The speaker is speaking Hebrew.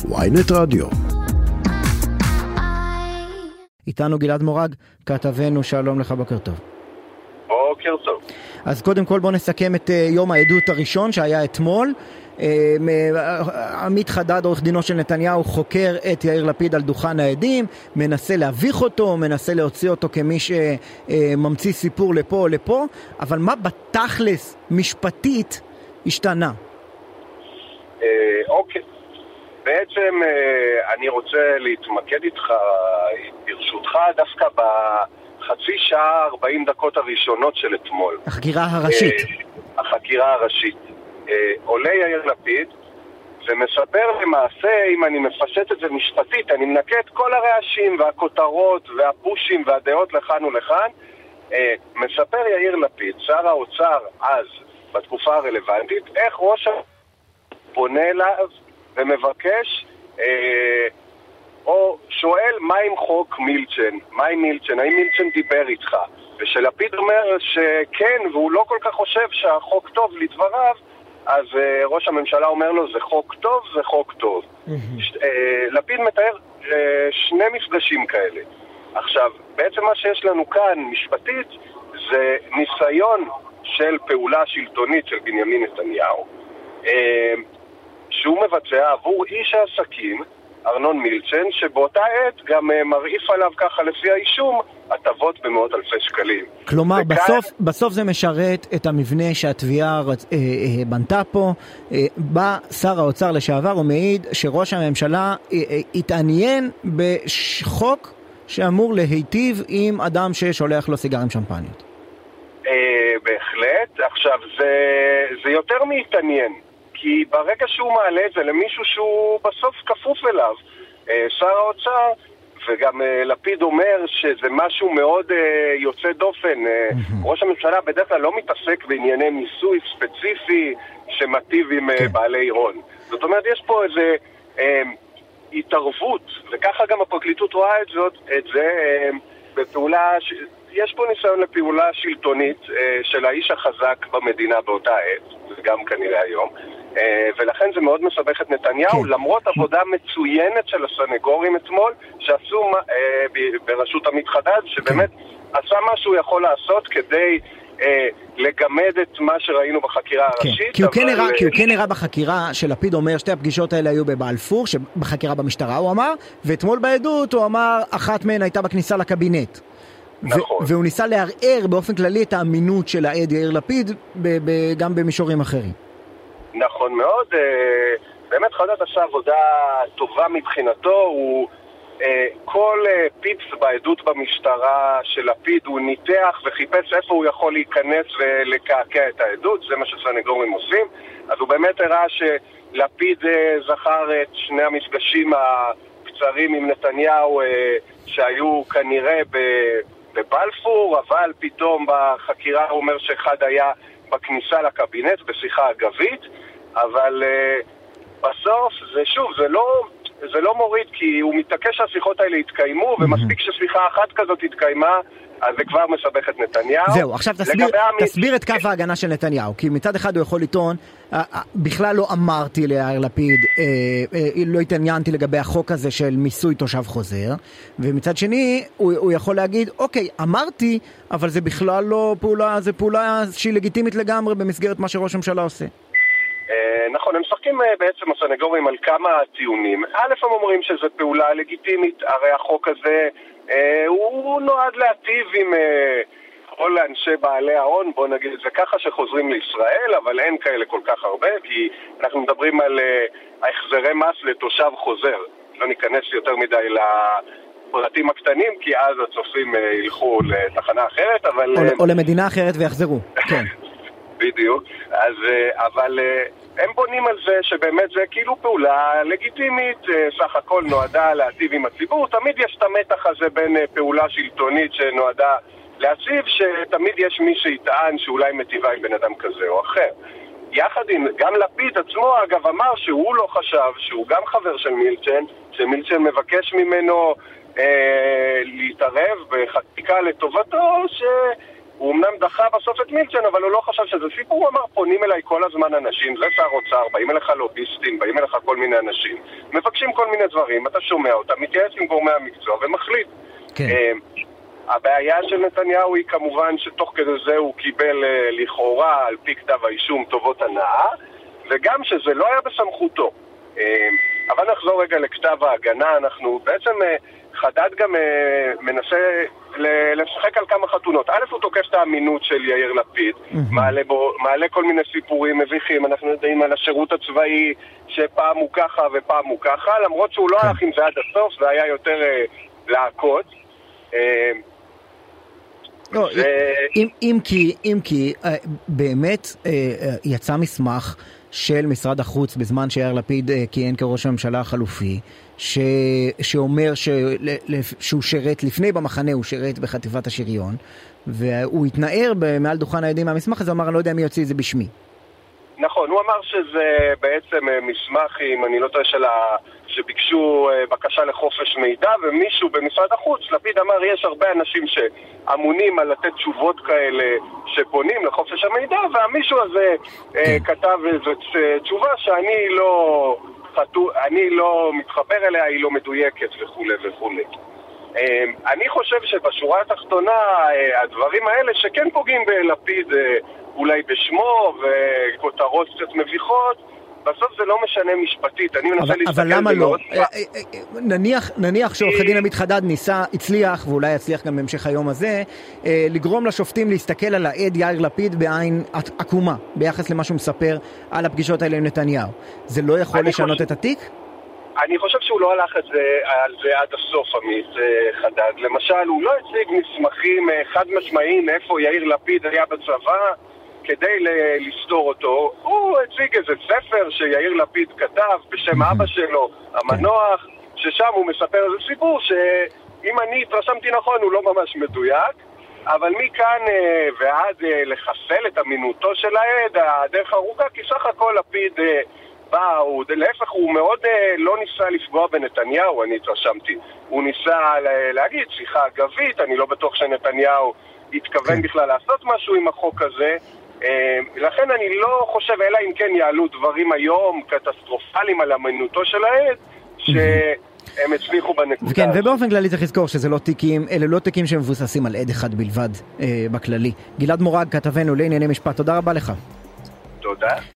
ynet רדיו. איתנו גלעד מורג, כתבנו, שלום לך, בוקר טוב. בוקר טוב. אז קודם כל בוא נסכם את יום העדות הראשון שהיה אתמול. עמית חדד, עורך דינו של נתניהו, חוקר את יאיר לפיד על דוכן העדים, מנסה להביך אותו, מנסה להוציא אותו כמי שממציא סיפור לפה או לפה, אבל מה בתכלס משפטית השתנה? אוקיי. בעצם אני רוצה להתמקד איתך, ברשותך, דווקא בחצי שעה 40 דקות הראשונות של אתמול. החקירה הראשית. החקירה הראשית. עולה יאיר לפיד ומספר למעשה, אם אני מפשט את זה משפטית, אני מנקה את כל הרעשים והכותרות והפושים והדעות לכאן ולכאן. מספר יאיר לפיד, שר האוצר אז, בתקופה הרלוונטית, איך ראש פונה אליו ומבקש או שואל מה עם חוק מילצ'ן, מה עם מילצ'ן, האם מילצ'ן דיבר איתך? ושלפיד אומר שכן, והוא לא כל כך חושב שהחוק טוב לדבריו, אז ראש הממשלה אומר לו, זה חוק טוב, זה חוק טוב. לפיד מתאר שני מפגשים כאלה. עכשיו, בעצם מה שיש לנו כאן משפטית זה ניסיון של פעולה שלטונית של בנימין נתניהו, שהוא מבצע עבור איש העסקים ארנון מילצ'ן, שבאותה עת גם מרעיף עליו ככה לפי האישום הטבות במאות אלפי שקלים. כלומר, בסוף זה משרת את המבנה שהתביעה בנתה פה. בא שר האוצר לשעבר ומעיד שראש הממשלה התעניין בחוק שאמור להיטיב עם אדם ששולח לו סיגרים שמפניות. בהחלט. עכשיו, זה יותר מתעניין. כי ברגע שהוא מעלה את זה למישהו שהוא בסוף כפוף אליו, שר האוצר, וגם לפיד אומר שזה משהו מאוד יוצא דופן. ראש הממשלה בדרך כלל לא מתעסק בענייני מיסוי ספציפי שמטיב עם בעלי הון. זאת אומרת, יש פה איזה התערבות, וככה גם הפרקליטות רואה את זה בפעולה, יש פה ניסיון לפעולה שלטונית של האיש החזק במדינה באותה עת, וגם כנראה היום. ולכן זה מאוד מסבך את נתניהו, למרות עבודה מצוינת של הסנגורים אתמול, שעשו בראשות עמית חדד, שבאמת עשה מה שהוא יכול לעשות כדי לגמד את מה שראינו בחקירה הראשית. כי הוא כן הראה בחקירה שלפיד אומר, שתי הפגישות האלה היו בבלפור, בחקירה במשטרה הוא אמר, ואתמול בעדות הוא אמר, אחת מהן הייתה בכניסה לקבינט. נכון. והוא ניסה לערער באופן כללי את האמינות של העד יאיר לפיד, גם במישורים אחרים. נכון מאוד, באמת חדד עשה עבודה טובה מבחינתו, הוא כל פיפס בעדות במשטרה של לפיד הוא ניתח וחיפש איפה הוא יכול להיכנס ולקעקע את העדות, זה מה שסנגורים עושים. אז הוא באמת הראה שלפיד זכר את שני המפגשים הקצרים עם נתניהו שהיו כנראה בבלפור, אבל פתאום בחקירה הוא אומר שאחד היה בכניסה לקבינט בשיחה אגבית, אבל בסוף זה שוב, זה לא מוריד, כי הוא מתעקש שהשיחות האלה יתקיימו, ומספיק ששיחה אחת כזאת התקיימה, אז זה כבר מסבך את נתניהו. זהו, עכשיו תסביר את כף ההגנה של נתניהו, כי מצד אחד הוא יכול לטעון, בכלל לא אמרתי ליאיר לפיד, לא התעניינתי לגבי החוק הזה של מיסוי תושב חוזר, ומצד שני הוא יכול להגיד, אוקיי, אמרתי, אבל זה בכלל לא פעולה, זה פעולה שהיא לגיטימית לגמרי במסגרת מה שראש הממשלה עושה. נכון, הם משחקים בעצם הסנגורים על כמה טיעונים. א', הם אומרים שזו פעולה לגיטימית, הרי החוק הזה הוא נועד להטיב עם כל אנשי בעלי ההון, בוא נגיד את זה ככה, שחוזרים לישראל, אבל אין כאלה כל כך הרבה, כי אנחנו מדברים על החזרי מס לתושב חוזר. לא ניכנס יותר מדי לפרטים הקטנים, כי אז הצופים ילכו לתחנה אחרת, אבל או למדינה אחרת ויחזרו. כן. בדיוק. אז אבל הם בונים על זה שבאמת זה כאילו פעולה לגיטימית, סך הכל נועדה להציב עם הציבור. תמיד יש את המתח הזה בין פעולה שלטונית שנועדה להציב, שתמיד יש מי שיטען שאולי מטיבה עם בן אדם כזה או אחר. יחד עם, גם לפיד עצמו אגב אמר שהוא לא חשב, שהוא גם חבר של מילצ'ן, שמילצ'ן מבקש ממנו להתערב בחקיקה לטובתו, הוא אמנם דחה בסוף את מילצ'ן, אבל הוא לא חשב שזה סיפור. הוא אמר, פונים אליי כל הזמן אנשים, זה שר אוצר, באים אליך לוביסטים, באים אליך כל מיני אנשים, מבקשים כל מיני דברים, אתה שומע אותם, מתייעץ עם גורמי המקצוע ומחליט. כן. הבעיה של נתניהו היא כמובן שתוך כדי זה הוא קיבל לכאורה על פי כתב האישום טובות הנאה, וגם שזה לא היה בסמכותו. אבל נחזור רגע לכתב ההגנה, אנחנו בעצם חדד גם מנסה לשחק על כמה חתונות. א', הוא תוקף את האמינות של יאיר לפיד, מעלה כל מיני סיפורים מביכים, אנחנו יודעים על השירות הצבאי שפעם הוא ככה ופעם הוא ככה, למרות שהוא לא הלך עם זה עד הסוף, זה היה יותר להקות. לא, אם כי באמת יצא מסמך של משרד החוץ בזמן שיאיר לפיד כיהן כראש הממשלה החלופי, שאומר שהוא שרת לפני במחנה, הוא שרת בחטיבת השריון, והוא התנער מעל דוכן העדים מהמסמך הזה, הוא אמר, אני לא יודע מי יוציא את זה בשמי. נכון, הוא אמר שזה בעצם מסמך, אם אני לא טועה, שביקשו בקשה לחופש מידע, ומישהו במשרד החוץ, לפיד אמר, יש הרבה אנשים שאמונים על לתת תשובות כאלה שפונים לחופש המידע, והמישהו הזה כתב איזו תשובה שאני לא מתחבר אליה, היא לא מדויקת וכו' וכו'. אני חושב שבשורה התחתונה, הדברים האלה שכן פוגעים בלפיד אולי בשמו וכותרות קצת מביכות, בסוף זה לא משנה משפטית. אבל למה לא? נניח שעורך הדין עמית חדד הצליח, ואולי יצליח גם בהמשך היום הזה, לגרום לשופטים להסתכל על העד יאיר לפיד בעין עקומה, ביחס למה שהוא מספר על הפגישות האלה עם נתניהו. זה לא יכול לשנות את התיק? אני חושב שהוא לא הלך על זה עד הסוף, עמית חדד. למשל, הוא לא הציג מסמכים חד משמעיים איפה יאיר לפיד היה בצבא, כדי לסתור אותו. הוא הציג איזה ספר שיאיר לפיד כתב בשם אבא שלו, המנוח, ששם הוא מספר איזה סיפור שאם אני התרשמתי נכון הוא לא ממש מדויק, אבל מכאן ועד לחסל את אמינותו של העד, הדרך ארוכה, כי סך הכל לפיד להפך, הוא מאוד לא ניסה לפגוע בנתניהו, אני התרשמתי. הוא ניסה להגיד שיחה אגבית, אני לא בטוח שנתניהו התכוון בכלל לעשות משהו עם החוק הזה, לכן אני לא חושב, אלא אם כן יעלו דברים היום קטסטרופליים על אמינותו של העד, שהם הצליחו בנקודה. כן, ובאופן כללי צריך לזכור שזה לא תיקים, אלה לא תיקים שמבוססים על עד אחד בלבד בכללי. גלעד מורג, כתבנו לענייני משפט, תודה רבה לך. תודה.